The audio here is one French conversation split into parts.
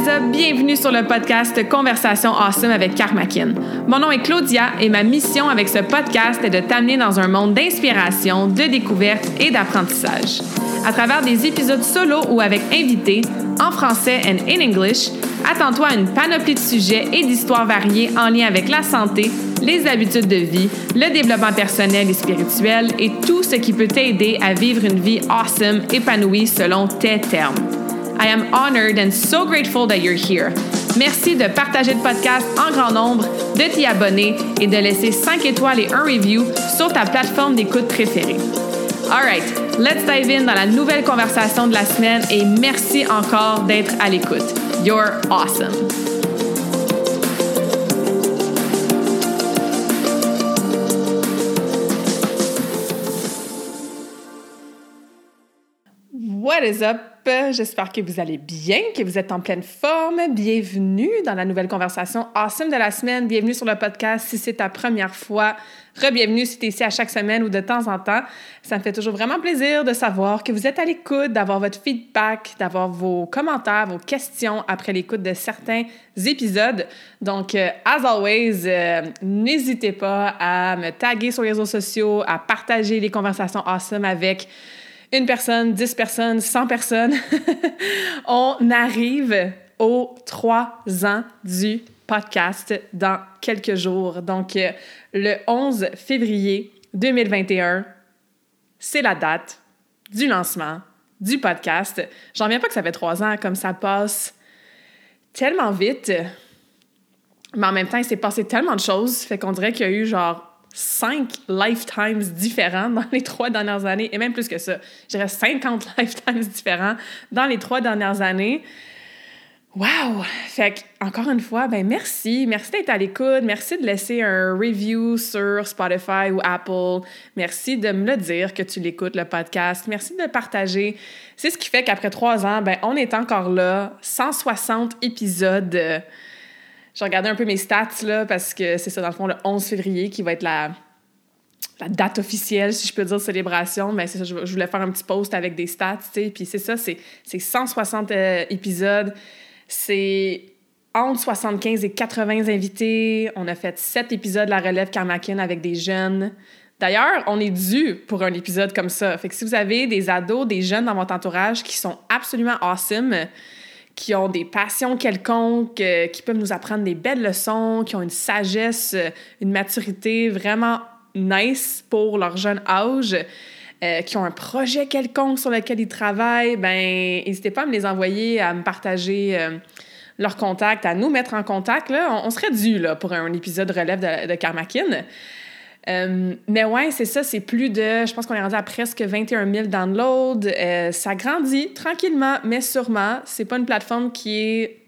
is up? Bienvenue sur le podcast Conversation Awesome avec Karmakin. Mon nom est Claudia et ma mission avec ce podcast est de t'amener dans un monde d'inspiration, de découverte et d'apprentissage. À travers des épisodes solo ou avec invités, en français and in English, attends-toi à une panoplie de sujets et d'histoires variées en lien avec la santé, les habitudes de vie, le développement personnel et spirituel et tout ce qui peut t'aider à vivre une vie awesome, épanouie selon tes termes. I am honored and so grateful that you're here. Merci de partager le podcast en grand nombre, de t'y abonner et de laisser 5 étoiles et un review sur ta plateforme d'écoute préférée. All right, let's dive in dans la nouvelle conversation de la semaine et merci encore d'être à l'écoute. You're awesome. What is up? J'espère que vous allez bien, que vous êtes en pleine forme. Bienvenue dans la nouvelle conversation awesome de la semaine. Bienvenue sur le podcast si c'est ta première fois. Re-bienvenue si tu es ici à chaque semaine ou de temps en temps. Ça me fait toujours vraiment plaisir de savoir que vous êtes à l'écoute, d'avoir votre feedback, d'avoir vos commentaires, vos questions après l'écoute de certains épisodes. Donc, as always, n'hésitez pas à me taguer sur les réseaux sociaux, à partager les conversations awesome avec une personne, 10 personnes, 100 personnes. On arrive aux 3 ans du podcast dans quelques jours. Donc, le 11 février 2021, c'est la date du lancement du podcast. J'en reviens pas que ça fait 3 ans, comme ça passe tellement vite. Mais en même temps, il s'est passé tellement de choses, fait qu'on dirait qu'il y a eu genre 5 lifetimes différents dans les 3 dernières années, et même plus que ça. Je dirais 50 lifetimes différents dans les 3 dernières années. Wow! Fait que, encore une fois, merci. Merci d'être à l'écoute. Merci de laisser un review sur Spotify ou Apple. Merci de me le dire que tu l'écoutes, le podcast. Merci de le partager. C'est ce qui fait qu'après 3 ans, on est encore là. 160 épisodes. J'ai regardé un peu mes stats, là, parce que c'est ça, dans le fond, le 11 février qui va être la date officielle, si je peux dire, de célébration. Mais c'est ça, je voulais faire un petit post avec des stats, tu sais. Puis c'est ça, c'est 160 épisodes. C'est entre 75 et 80 invités. On a fait 7 épisodes de la relève Karmakin avec des jeunes. D'ailleurs, on est dû pour un épisode comme ça. Fait que si vous avez des ados, des jeunes dans votre entourage qui sont absolument awesome, qui ont des passions quelconques, qui peuvent nous apprendre des belles leçons, qui ont une sagesse, une maturité vraiment nice pour leur jeune âge, qui ont un projet quelconque sur lequel ils travaillent, n'hésitez pas à me les envoyer, à me partager leurs contacts, à nous mettre en contact. Là, on serait dû là, pour un épisode relève de Karmakin. Mais ouais, c'est ça, c'est plus de... Je pense qu'on est rendu à presque 21 000 downloads. Ça grandit tranquillement, mais sûrement. C'est pas une plateforme qui est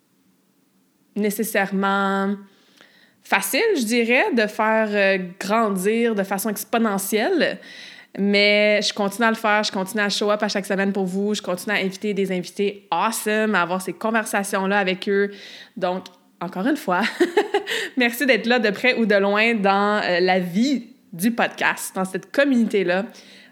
nécessairement facile, je dirais, de faire grandir de façon exponentielle. Mais je continue à le faire, je continue à show up à chaque semaine pour vous, je continue à inviter des invités awesome, à avoir ces conversations-là avec eux. Donc, encore une fois, merci d'être là de près ou de loin dans la vie du podcast, dans cette communauté-là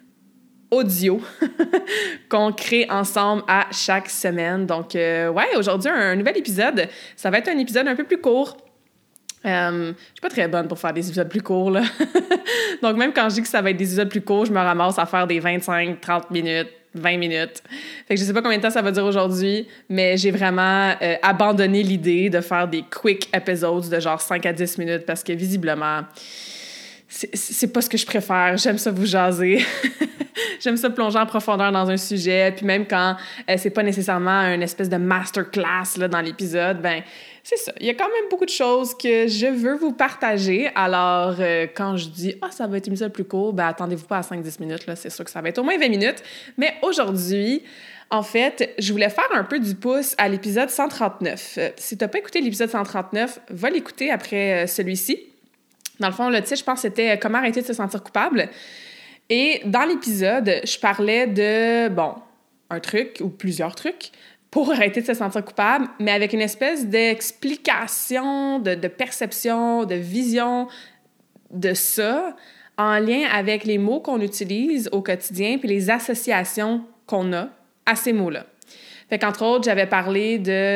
audio qu'on crée ensemble à chaque semaine. Donc, aujourd'hui, un nouvel épisode. Ça va être un épisode un peu plus court. Je suis pas très bonne pour faire des épisodes plus courts, là. Donc, même quand je dis que ça va être des épisodes plus courts, je me ramasse à faire des 25, 30 minutes, 20 minutes. Fait que je sais pas combien de temps ça va durer aujourd'hui, mais j'ai vraiment abandonné l'idée de faire des quick episodes de genre 5 à 10 minutes parce que visiblement, c'est pas ce que je préfère. J'aime ça vous jaser. J'aime ça plonger en profondeur dans un sujet. Puis même quand c'est pas nécessairement une espèce de masterclass là, dans l'épisode, c'est ça. Il y a quand même beaucoup de choses que je veux vous partager. Alors, quand je dis « ça va être un épisode plus court », attendez-vous pas à 5-10 minutes. Là. C'est sûr que ça va être au moins 20 minutes. Mais aujourd'hui, en fait, je voulais faire un peu du pouce à l'épisode 139. Si t'as pas écouté l'épisode 139, va l'écouter après celui-ci. Dans le fond, le titre, je pense, c'était « Comment arrêter de se sentir coupable ». Et dans l'épisode, je parlais de, un truc ou plusieurs trucs pour arrêter de se sentir coupable, mais avec une espèce d'explication, de perception, de vision de ça, en lien avec les mots qu'on utilise au quotidien puis les associations qu'on a à ces mots-là. Fait qu'entre autres, j'avais parlé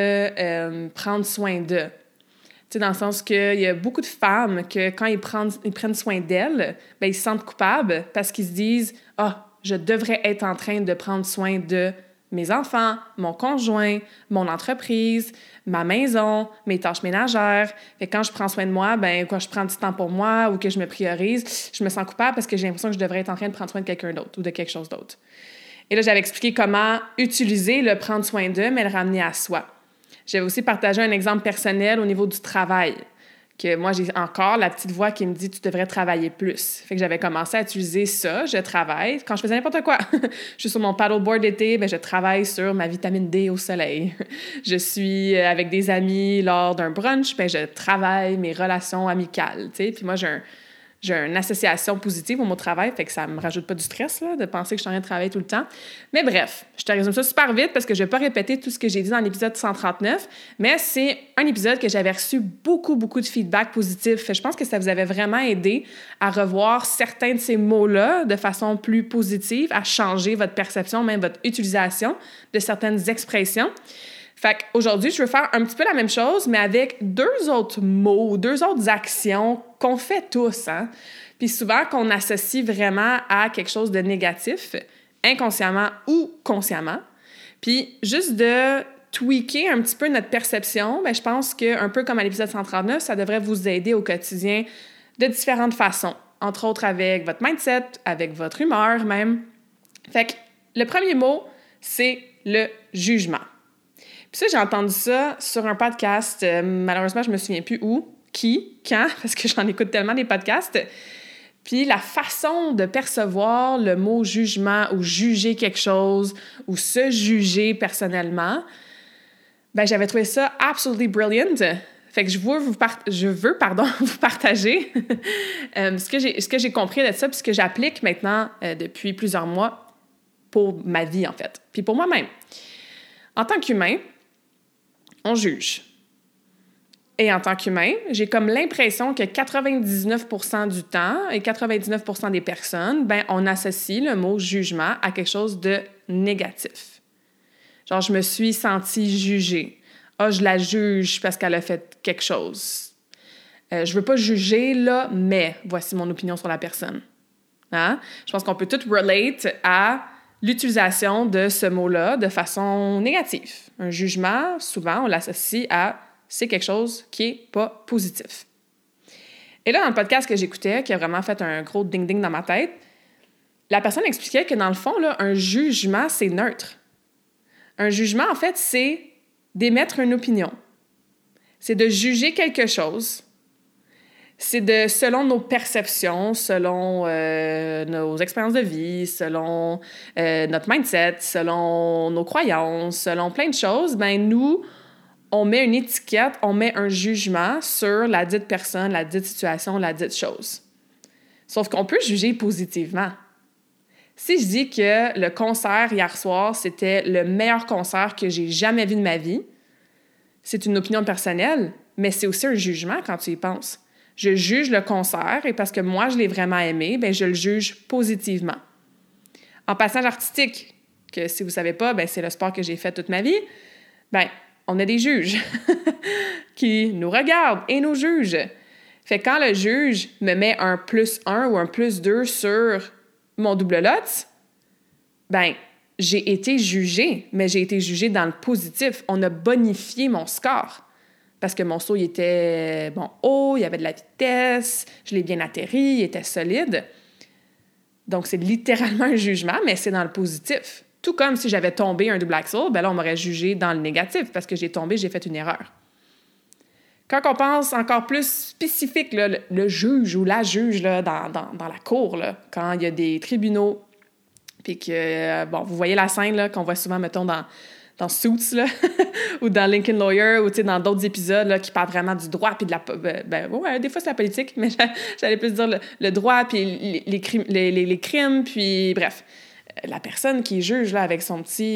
de prendre soin d'eux. Tu sais, dans le sens qu'il y a beaucoup de femmes que quand ils prennent soin d'elles, ben ils se sentent coupables parce qu'ils se disent « Ah, je devrais être en train de prendre soin de mes enfants, mon conjoint, mon entreprise, ma maison, mes tâches ménagères. » Fait que quand je prends soin de moi, ben quand je prends du temps pour moi ou que je me priorise, je me sens coupable parce que j'ai l'impression que je devrais être en train de prendre soin de quelqu'un d'autre ou de quelque chose d'autre. Et là, j'avais expliqué comment utiliser le prendre soin d'eux, mais le ramener à soi. J'avais aussi partagé un exemple personnel au niveau du travail, que moi, j'ai encore la petite voix qui me dit « tu devrais travailler plus ». Fait que j'avais commencé à utiliser ça, je travaille, quand je faisais n'importe quoi. Je suis sur mon paddleboard d'été, ben je travaille sur ma vitamine D au soleil. Je suis avec des amis lors d'un brunch, ben je travaille mes relations amicales, tu sais. Puis moi, j'ai une association positive au mot travail, fait que ça me rajoute pas du stress là, de penser que je suis en train de travailler tout le temps. Mais bref, je te résume ça super vite parce que je vais pas répéter tout ce que j'ai dit dans l'épisode 139, mais c'est un épisode que j'avais reçu beaucoup de feedback positif. Je pense que ça vous avait vraiment aidé à revoir certains de ces mots-là de façon plus positive, à changer votre perception, même votre utilisation de certaines expressions. Fait qu'aujourd'hui, je veux faire un petit peu la même chose, mais avec 2 autres mots, 2 autres actions qu'on fait tous, hein? Puis souvent qu'on associe vraiment à quelque chose de négatif, inconsciemment ou consciemment. Puis juste de tweaker un petit peu notre perception, bien, je pense qu'un peu comme à l'épisode 139, ça devrait vous aider au quotidien de différentes façons. Entre autres avec votre mindset, avec votre humeur même. Fait que le premier mot, c'est le jugement. Puis ça, j'ai entendu ça sur un podcast. Malheureusement, je me souviens plus où, qui, quand, parce que j'en écoute tellement des podcasts. Puis la façon de percevoir le mot jugement ou juger quelque chose ou se juger personnellement, ben j'avais trouvé ça absolutely brilliant. Fait que je veux vous partager ce que j'ai compris de ça puis ce que j'applique maintenant depuis plusieurs mois pour ma vie, en fait. Puis pour moi-même. En tant qu'humain, on juge. Et en tant qu'humain, j'ai comme l'impression que 99% du temps et 99% des personnes, ben, on associe le mot jugement à quelque chose de négatif. Genre, je me suis sentie jugée. Ah, je la juge parce qu'elle a fait quelque chose. Je veux pas juger, là, mais voici mon opinion sur la personne. Hein? Je pense qu'on peut tout relate à l'utilisation de ce mot-là de façon négative. Un jugement, souvent, on l'associe à « c'est quelque chose qui n'est pas positif ». Et là, dans le podcast que j'écoutais, qui a vraiment fait un gros ding-ding dans ma tête, la personne expliquait que dans le fond, là, un jugement, c'est neutre. Un jugement, en fait, c'est d'émettre une opinion. C'est de juger quelque chose. C'est selon nos perceptions, selon nos expériences de vie, selon notre mindset, selon nos croyances, selon plein de choses, ben nous, on met une étiquette, on met un jugement sur la dite personne, la dite situation, la dite chose. Sauf qu'on peut juger positivement. Si je dis que le concert hier soir, c'était le meilleur concert que j'ai jamais vu de ma vie, c'est une opinion personnelle, mais c'est aussi un jugement quand tu y penses. Je juge le concert et parce que moi, je l'ai vraiment aimé, bien, je le juge positivement. En passage artistique, que si vous ne savez pas, bien, c'est le sport que j'ai fait toute ma vie, bien, on a des juges qui nous regardent et nous jugent. Fait que quand le juge me met un +1 ou un +2 sur mon double lot, bien, j'ai été jugée, mais j'ai été jugée dans le positif. On a bonifié mon score. Parce que mon saut, il était haut, il y avait de la vitesse, je l'ai bien atterri, il était solide. Donc, c'est littéralement un jugement, mais c'est dans le positif. Tout comme si j'avais tombé un double axel, ben là, on m'aurait jugé dans le négatif parce que j'ai tombé, j'ai fait une erreur. Quand on pense encore plus spécifique, là, le juge ou la juge là, dans la cour, là, quand il y a des tribunaux, puis que, vous voyez la scène là, qu'on voit souvent, mettons, dans Suits, là, ou dans Lincoln Lawyer, ou dans d'autres épisodes là, qui parlent vraiment du droit, puis de la... des fois, c'est la politique, mais j'allais plus dire le droit, puis les crimes, puis bref. La personne qui juge là, avec son petit...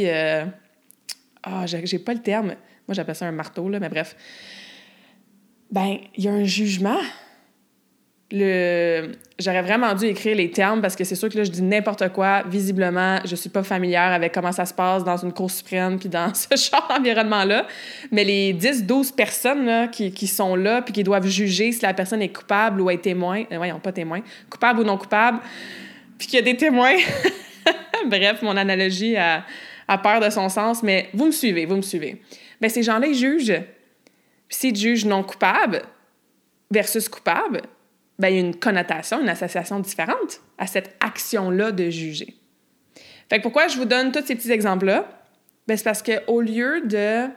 j'ai pas le terme. Moi, j'appelle ça un marteau, là, mais bref. Ben, il y a un jugement. J'aurais vraiment dû écrire les termes parce que c'est sûr que là, je dis n'importe quoi. Visiblement, je suis pas familière avec comment ça se passe dans une cour suprême puis dans ce genre d'environnement-là. Mais les 10-12 personnes là, qui sont là puis qui doivent juger si la personne est coupable ou est témoin... voyons, pas témoin. Coupable ou non coupable. Puis qu'il y a des témoins. Bref, mon analogie a peur de son sens, mais vous me suivez. Bien, ces gens-là, ils jugent. Puis s'ils jugent non coupable versus coupable, bien, il y a une connotation, une association différente à cette action-là de juger. Fait que pourquoi je vous donne tous ces petits exemples-là? Bien, c'est parce qu'au lieu de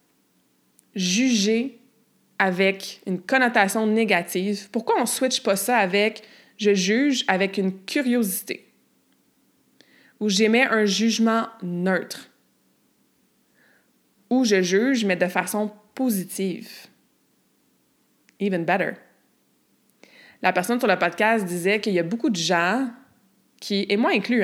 juger avec une connotation négative, pourquoi on ne switch pas ça avec « je juge » avec une curiosité? Ou j'émets un jugement neutre. Ou je juge, mais de façon positive. Even better. La personne sur le podcast disait qu'il y a beaucoup de gens qui, et moi inclus,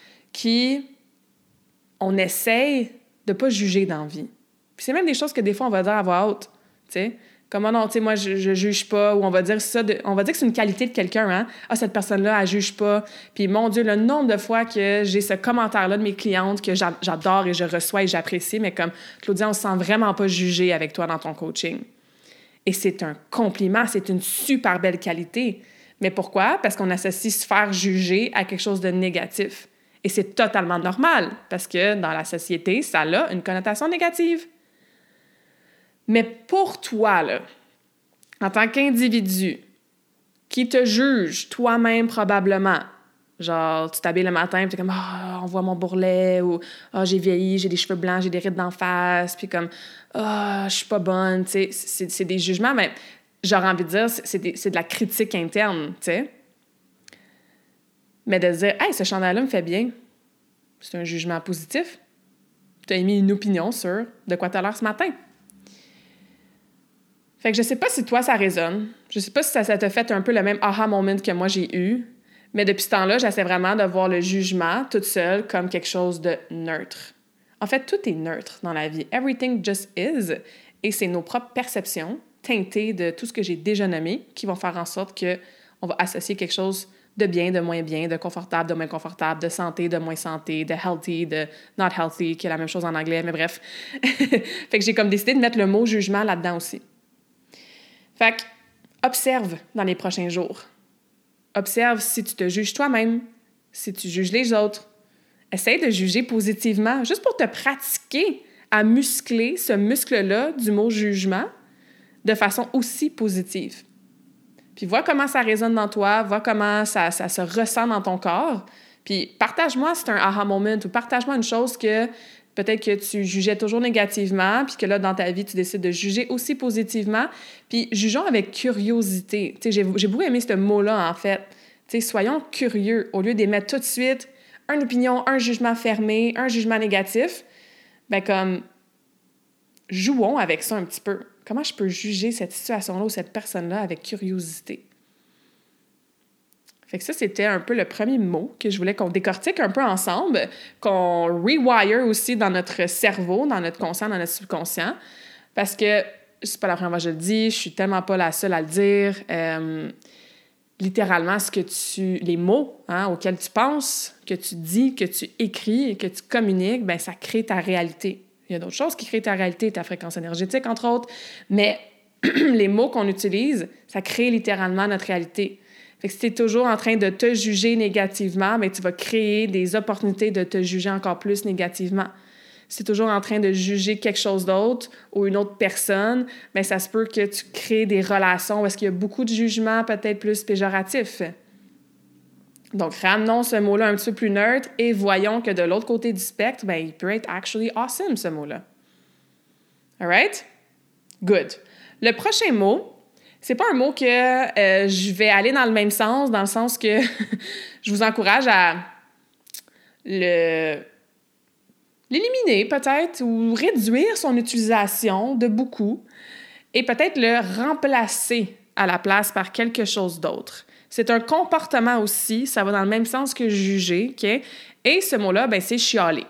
on essaye de ne pas juger dans la vie. Puis c'est même des choses que des fois on va dire à voix haute, tu sais. Comme, non, tu sais, moi, je juge pas, ou on va dire ça, on va dire que c'est une qualité de quelqu'un, hein. Ah, cette personne-là, elle juge pas. Puis, mon Dieu, le nombre de fois que j'ai ce commentaire-là de mes clientes que j'adore et je reçois et j'apprécie, mais comme, Claudia, on se sent vraiment pas jugé avec toi dans ton coaching. Et c'est un compliment, c'est une super belle qualité. Mais pourquoi? Parce qu'on associe se faire juger à quelque chose de négatif. Et c'est totalement normal, parce que dans la société, ça a une connotation négative. Mais pour toi, là, en tant qu'individu, qui te juge toi-même probablement, genre, tu t'habilles le matin, puis t'es comme « Ah, on voit mon bourrelet » ou « Ah, j'ai vieilli, j'ai des cheveux blancs, j'ai des rides d'en face », puis comme « Ah, je suis pas bonne », tu sais, c'est des jugements, mais j'aurais envie de dire, c'est de la critique interne, tu sais. Mais de dire « Hey, ce chandail-là me fait bien », c'est un jugement positif. Tu as émis une opinion sur de quoi tu as l'air ce matin. Fait que je sais pas si toi, ça résonne. Je sais pas si ça t'a fait un peu le même aha moment que moi j'ai eu. Mais depuis ce temps-là, j'essaie vraiment de voir le jugement toute seule comme quelque chose de neutre. En fait, tout est neutre dans la vie. Everything just is. Et c'est nos propres perceptions teintées de tout ce que j'ai déjà nommé qui vont faire en sorte qu'on va associer quelque chose de bien, de moins bien, de confortable, de moins confortable, de santé, de moins santé, de healthy, de not healthy, qui est la même chose en anglais, mais bref. Fait que j'ai comme décidé de mettre le mot jugement là-dedans aussi. Fait que, observe dans les prochains jours. Observe si tu te juges toi-même, si tu juges les autres. Essaye de juger positivement, juste pour te pratiquer à muscler ce muscle-là du mot jugement de façon aussi positive. Puis vois comment ça résonne dans toi, vois comment ça se ressent dans ton corps. Puis partage-moi si c'est un aha moment ou partage-moi une chose que peut-être que tu jugeais toujours négativement, puis que là, dans ta vie, tu décides de juger aussi positivement. Puis jugeons avec curiosité. Tu sais, j'ai beaucoup aimé ce mot-là, en fait. Tu sais, soyons curieux. Au lieu d'émettre tout de suite une opinion, un jugement fermé, un jugement négatif, bien comme, jouons avec ça un petit peu. Comment je peux juger cette situation-là ou cette personne-là avec curiosité? Fait que ça, c'était un peu le premier mot que je voulais qu'on décortique un peu ensemble, qu'on rewire aussi dans notre cerveau, dans notre conscient, dans notre subconscient. Parce que, c'est pas la première fois que je le dis, je suis tellement pas la seule à le dire. Littéralement, les mots auxquels tu penses, que tu dis, que tu écris et que tu communiques, bien, ça crée ta réalité. Il y a d'autres choses qui créent ta réalité, ta fréquence énergétique, entre autres, mais les mots qu'on utilise, ça crée littéralement notre réalité. Fait que si tu es toujours en train de te juger négativement, bien, tu vas créer des opportunités de te juger encore plus négativement. Si tu es toujours en train de juger quelque chose d'autre ou une autre personne, bien, ça se peut que tu crées des relations où est-ce qu'il y a beaucoup de jugements peut-être plus péjoratifs. Donc, ramenons ce mot-là un petit peu plus neutre et voyons que de l'autre côté du spectre, bien, il peut être actually awesome, ce mot-là. All right? Good. Le prochain mot, c'est pas un mot que je vais aller dans le même sens, dans le sens que je vous encourage à l'éliminer peut-être ou réduire son utilisation de beaucoup et peut-être le remplacer à la place par quelque chose d'autre. C'est un comportement aussi, ça va dans le même sens que juger, OK? Et ce mot-là, ben c'est chialer.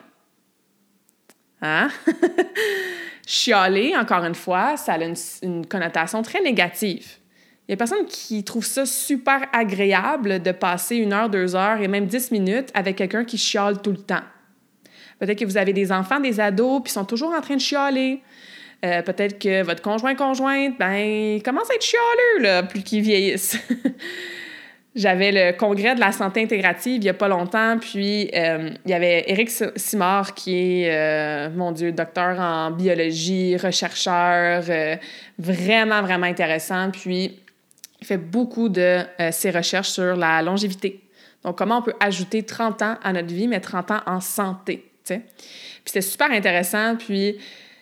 Hein? Chialer, encore une fois, ça a une connotation très négative. Il y a personne qui trouve ça super agréable de passer 1 heure, 2 heures et même 10 minutes avec quelqu'un qui chiale tout le temps. Peut-être que vous avez des enfants, des ados, puis ils sont toujours en train de chialer. Peut-être que votre conjointe, ben, il commence à être chialeux, là, plus qu'ils vieillissent. J'avais le congrès de la santé intégrative il n'y a pas longtemps, puis il y avait Éric Simard qui est, mon Dieu, docteur en biologie, rechercheur, vraiment, vraiment intéressant. Puis, il fait beaucoup de ses recherches sur la longévité. Donc, comment on peut ajouter 30 ans à notre vie, mais 30 ans en santé, tu sais. Puis, c'était super intéressant, puis...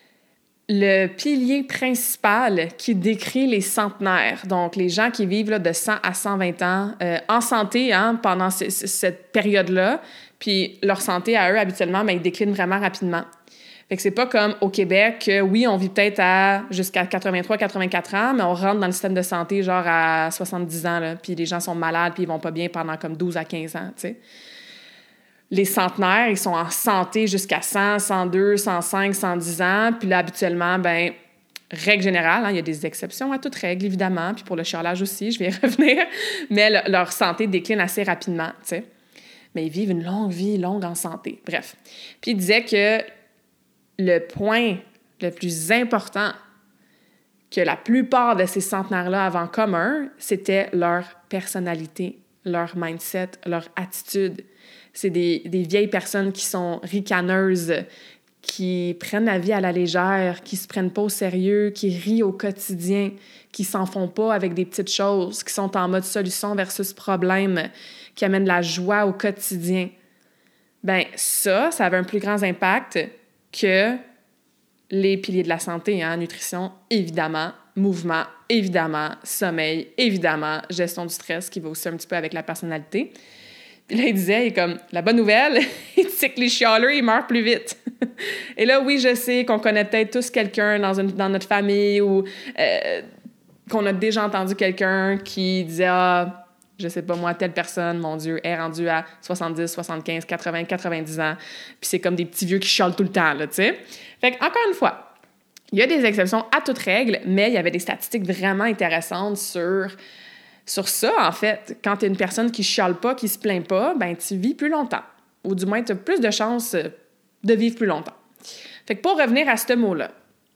Le pilier principal qui décrit les centenaires, donc les gens qui vivent là, de 100 à 120 ans en santé pendant cette période-là, puis leur santé à eux, habituellement, bien, ils déclinent vraiment rapidement. Fait que c'est pas comme au Québec, oui, on vit peut-être jusqu'à 83-84 ans, mais on rentre dans le système de santé genre à 70 ans, là, puis les gens sont malades, puis ils vont pas bien pendant comme 12 à 15 ans, tu sais. Les centenaires, ils sont en santé jusqu'à 100, 102, 105, 110 ans. Puis là, habituellement, bien, règle générale, il y a des exceptions à toute règle, évidemment. Puis pour le chialage aussi, je vais y revenir. Mais leur santé décline assez rapidement, tu sais. Mais ils vivent une longue vie, longue en santé. Bref. Puis il disait que le point le plus important que la plupart de ces centenaires-là avaient en commun, c'était leur personnalité, leur mindset, leur attitude. C'est des vieilles personnes qui sont ricaneuses, qui prennent la vie à la légère, qui se prennent pas au sérieux, qui rient au quotidien, qui s'en font pas avec des petites choses, qui sont en mode solution versus problème, qui amènent de la joie au quotidien. Bien, ça avait un plus grand impact que les piliers de la santé, nutrition, évidemment, mouvement, évidemment, sommeil, évidemment, gestion du stress, qui va aussi un petit peu avec la personnalité. Puis là, il disait, la bonne nouvelle, c'est que les chialeux, ils meurent plus vite. Et là, oui, je sais qu'on connaît peut-être tous quelqu'un dans notre famille ou qu'on a déjà entendu quelqu'un qui disait, je sais pas moi, telle personne, mon Dieu, est rendue à 70, 75, 80, 90 ans. Puis c'est comme des petits vieux qui chialent tout le temps, là, tu sais. Fait qu'encore une fois, il y a des exceptions à toute règle, mais il y avait des statistiques vraiment intéressantes sur ça, en fait. Quand tu es une personne qui chiale pas, qui se plaint pas, ben tu vis plus longtemps. Ou du moins, tu as plus de chances de vivre plus longtemps. Fait que pour revenir à ce mot-là,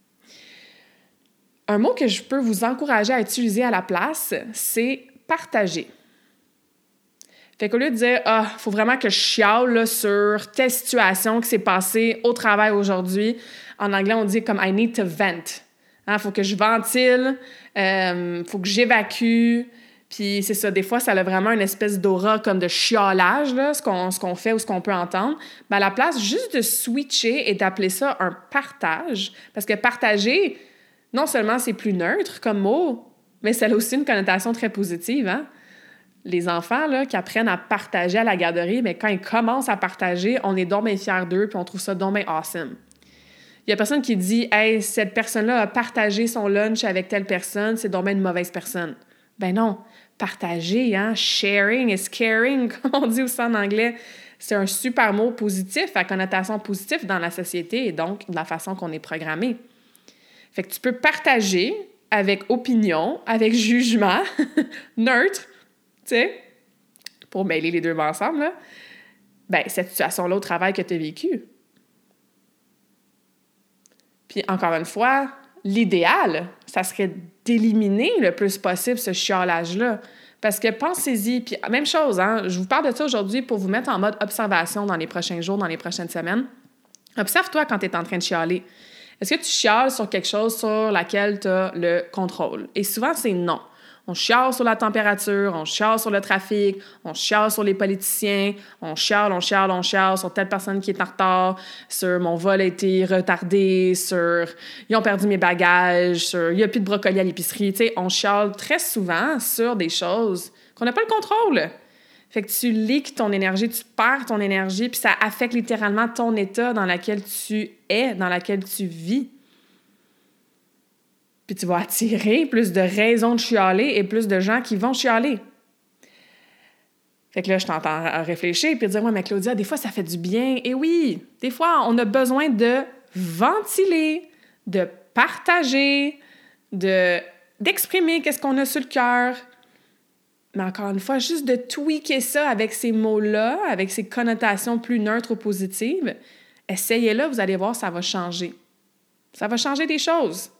un mot que je peux vous encourager à utiliser à la place, c'est partager. Fait qu'au lieu de dire « faut vraiment que je chiale là, sur telle situation qui s'est passée au travail aujourd'hui », en anglais, on dit comme « I need to vent ». Faut que je ventile, faut que j'évacue. Puis c'est ça, des fois, ça a vraiment une espèce d'aura comme de chiolage, là, ce qu'on fait ou ce qu'on peut entendre. Mais à la place, juste de switcher et d'appeler ça un partage. Parce que partager, non seulement c'est plus neutre comme mot, mais ça a aussi une connotation très positive, hein? Les enfants là, qui apprennent à partager à la garderie, mais quand ils commencent à partager, on est donc bien fiers d'eux puis on trouve ça donc bien awesome. Il y a personne qui dit « Hey, cette personne-là a partagé son lunch avec telle personne, c'est donc bien une mauvaise personne. » Ben non, partager, sharing is caring, comme on dit aussi en anglais, c'est un super mot positif, à connotation positive dans la société et donc de la façon qu'on est programmé. Fait que tu peux partager avec opinion, avec jugement, neutre, tu sais, pour mêler les deux ensemble, là. Ben, cette situation-là au travail que tu as vécue. Puis encore une fois, l'idéal, ça serait d'éliminer le plus possible ce chiolage-là. Parce que pensez-y, puis même chose, je vous parle de ça aujourd'hui pour vous mettre en mode observation dans les prochains jours, dans les prochaines semaines. Observe-toi quand tu es en train de chialer. Est-ce que tu chiales sur quelque chose sur laquelle tu as le contrôle? Et souvent, c'est non. On chiale sur la température, on chiale sur le trafic, on chiale sur les politiciens, on chiale sur telle personne qui est en retard, sur mon vol a été retardé, sur ils ont perdu mes bagages, sur il n'y a plus de brocoli à l'épicerie. Tu sais, on chiale très souvent sur des choses qu'on n'a pas le contrôle. Fait que tu leaks ton énergie, tu perds ton énergie, puis ça affecte littéralement ton état dans lequel tu es, dans lequel tu vis. Puis tu vas attirer plus de raisons de chialer et plus de gens qui vont chialer. Fait que là, je t'entends réfléchir puis dire « Ouais, mais Claudia, des fois, ça fait du bien. » Et oui, des fois, on a besoin de ventiler, de partager, de d'exprimer qu'est-ce qu'on a sur le cœur. Mais encore une fois, juste de tweaker ça avec ces mots-là, avec ces connotations plus neutres ou positives, essayez-le, vous allez voir, ça va changer. Ça va changer des choses.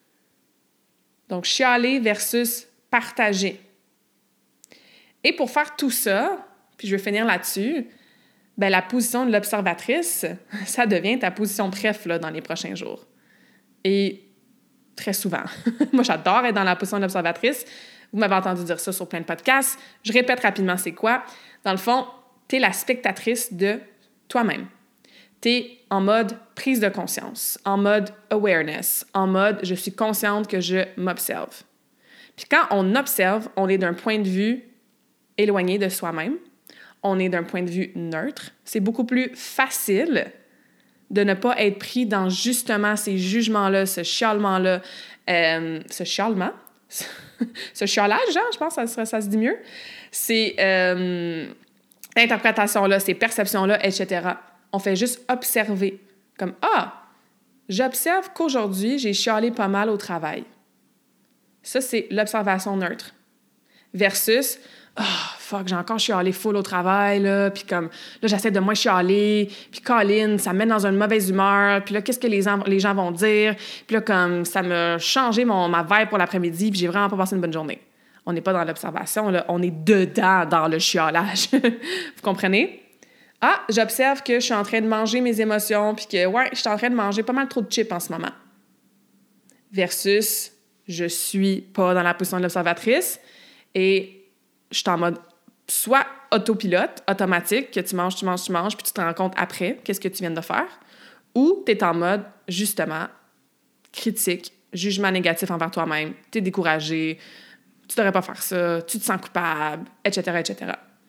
Donc, chialer versus partager. Et pour faire tout ça, puis je vais finir là-dessus, ben la position de l'observatrice, ça devient ta position préf là, dans les prochains jours. Et très souvent. Moi, j'adore être dans la position de l'observatrice. Vous m'avez entendu dire ça sur plein de podcasts. Je répète rapidement c'est quoi. Dans le fond, tu es la spectatrice de toi-même. Tu es en mode prise de conscience, en mode awareness, en mode je suis consciente que je m'observe. Puis quand on observe, on est d'un point de vue éloigné de soi-même. On est d'un point de vue neutre. C'est beaucoup plus facile de ne pas être pris dans justement ces jugements-là, ce chialement-là, ce chialement, ce chialage, hein, je pense que ça se dit mieux, ces interprétations-là, ces perceptions-là, etc. On fait juste observer. Comme, j'observe qu'aujourd'hui, j'ai chialé pas mal au travail. Ça, c'est l'observation neutre. Versus, j'ai encore chialé full au travail, là, puis comme, là, j'essaie de moins chialer, puis Colin, ça me met dans une mauvaise humeur, puis là, qu'est-ce que les gens vont dire? Puis là, comme, ça m'a changé ma vibe pour l'après-midi, puis j'ai vraiment pas passé une bonne journée. On n'est pas dans l'observation, là, on est dedans dans le chialage. Vous comprenez? J'observe que je suis en train de manger mes émotions, puis que, je suis en train de manger pas mal trop de chips en ce moment. Versus, je suis pas dans la position de l'observatrice, et je suis en mode soit autopilote, automatique, que tu manges, puis tu te rends compte après qu'est-ce que tu viens de faire, ou tu es en mode, justement, critique, jugement négatif envers toi-même, tu es découragé, tu devrais pas faire ça, tu te sens coupable, etc., etc.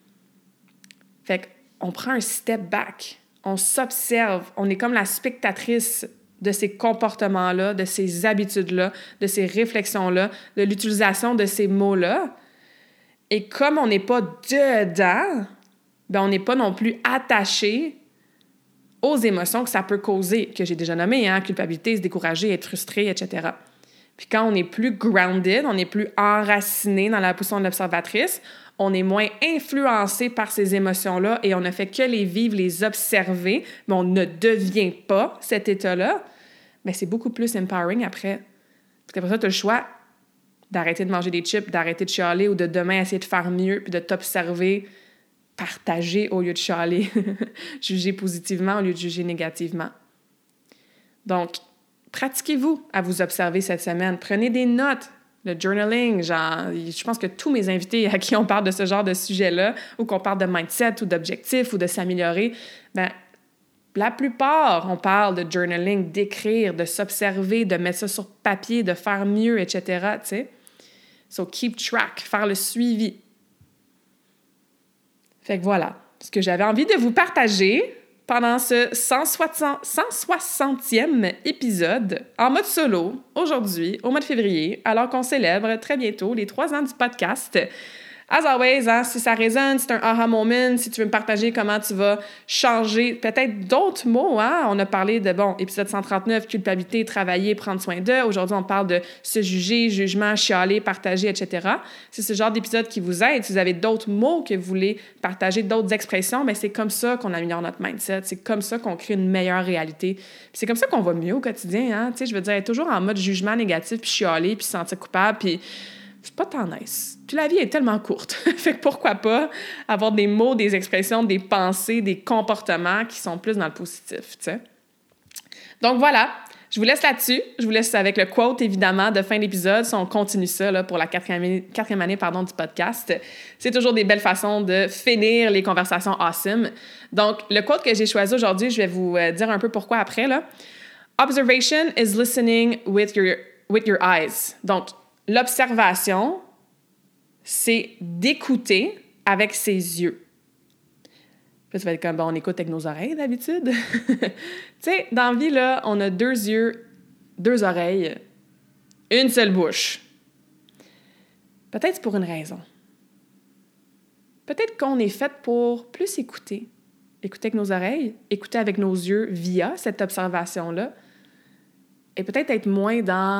Fait qu'on prend un step back, on s'observe, on est comme la spectatrice de ces comportements-là, de ces habitudes-là, de ces réflexions-là, de l'utilisation de ces mots-là. Et comme on n'est pas dedans, on n'est pas non plus attaché aux émotions que ça peut causer, que j'ai déjà nommées, hein, culpabilité, se décourager, être frustré, etc. Puis quand on est plus grounded, on est plus enraciné dans la position de l'observatrice, on est moins influencé par ces émotions-là et on ne fait que les vivre, les observer, mais on ne devient pas cet état-là, mais c'est beaucoup plus empowering après. Parce qu'après ça, tu as le choix d'arrêter de manger des chips, d'arrêter de chialer ou de demain essayer de faire mieux puis de t'observer, partager au lieu de chialer, juger positivement au lieu de juger négativement. Donc, pratiquez-vous à vous observer cette semaine. Prenez des notes, le journaling, je pense que tous mes invités à qui on parle de ce genre de sujet-là ou qu'on parle de mindset ou d'objectifs ou de s'améliorer, la plupart, on parle de journaling, d'écrire, de s'observer, de mettre ça sur papier, de faire mieux, etc., tu sais. So, keep track, faire le suivi. Fait que voilà, ce que j'avais envie de vous partager pendant ce 160e épisode en mode solo, aujourd'hui, au mois de février, alors qu'on célèbre très bientôt les 3 ans du podcast. As always, hein, si ça résonne, c'est un aha moment, si tu veux me partager comment tu vas changer peut-être d'autres mots, hein? On a parlé de, épisode 139, culpabilité, travailler, prendre soin d'eux. Aujourd'hui, on parle de se juger, jugement, chialer, partager, etc. C'est ce genre d'épisode qui vous aide. Si vous avez d'autres mots que vous voulez partager, d'autres expressions, c'est comme ça qu'on améliore notre mindset. C'est comme ça qu'on crée une meilleure réalité. Puis c'est comme ça qu'on va mieux au quotidien, hein? Tu sais, je veux dire, être toujours en mode jugement négatif, puis chialer, puis se sentir coupable, puis c'est pas tant nice. Puis la vie est tellement courte. Fait que pourquoi pas avoir des mots, des expressions, des pensées, des comportements qui sont plus dans le positif, tu sais. Donc voilà, je vous laisse là-dessus. Je vous laisse avec le quote, évidemment, de fin d'épisode. Si on continue ça là, pour la quatrième année du podcast, c'est toujours des belles façons de finir les conversations awesome. Donc, le quote que j'ai choisi aujourd'hui, je vais vous dire un peu pourquoi après, là. Observation is listening with your eyes. Donc, l'observation, c'est d'écouter avec ses yeux. Puis tu vas être comme, on écoute avec nos oreilles d'habitude. Tu sais, dans la vie, là, on a 2 yeux, 2 oreilles, une seule bouche. Peut-être pour une raison. Peut-être qu'on est fait pour plus écouter. Écouter avec nos oreilles, écouter avec nos yeux via cette observation-là, et peut-être être moins dans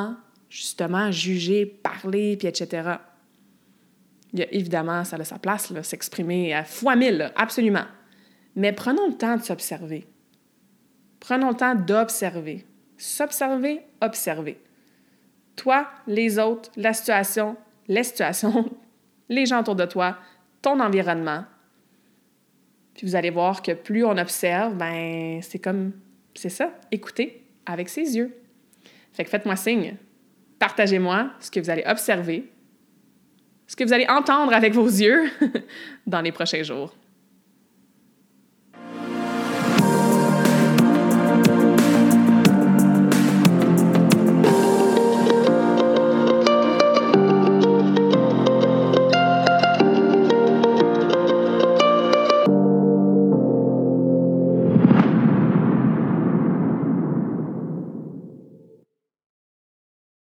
justement juger, parler, puis etc. Il y a évidemment, ça a sa place, là, s'exprimer à fois mille, là, absolument. Mais prenons le temps de s'observer. Prenons le temps d'observer. S'observer, observer. Toi, les autres, la situation, les situations, les gens autour de toi, ton environnement. Puis vous allez voir que plus on observe, ben c'est ça, écouter avec ses yeux. Fait que faites-moi signe. Partagez-moi ce que vous allez observer, ce que vous allez entendre avec vos yeux dans les prochains jours.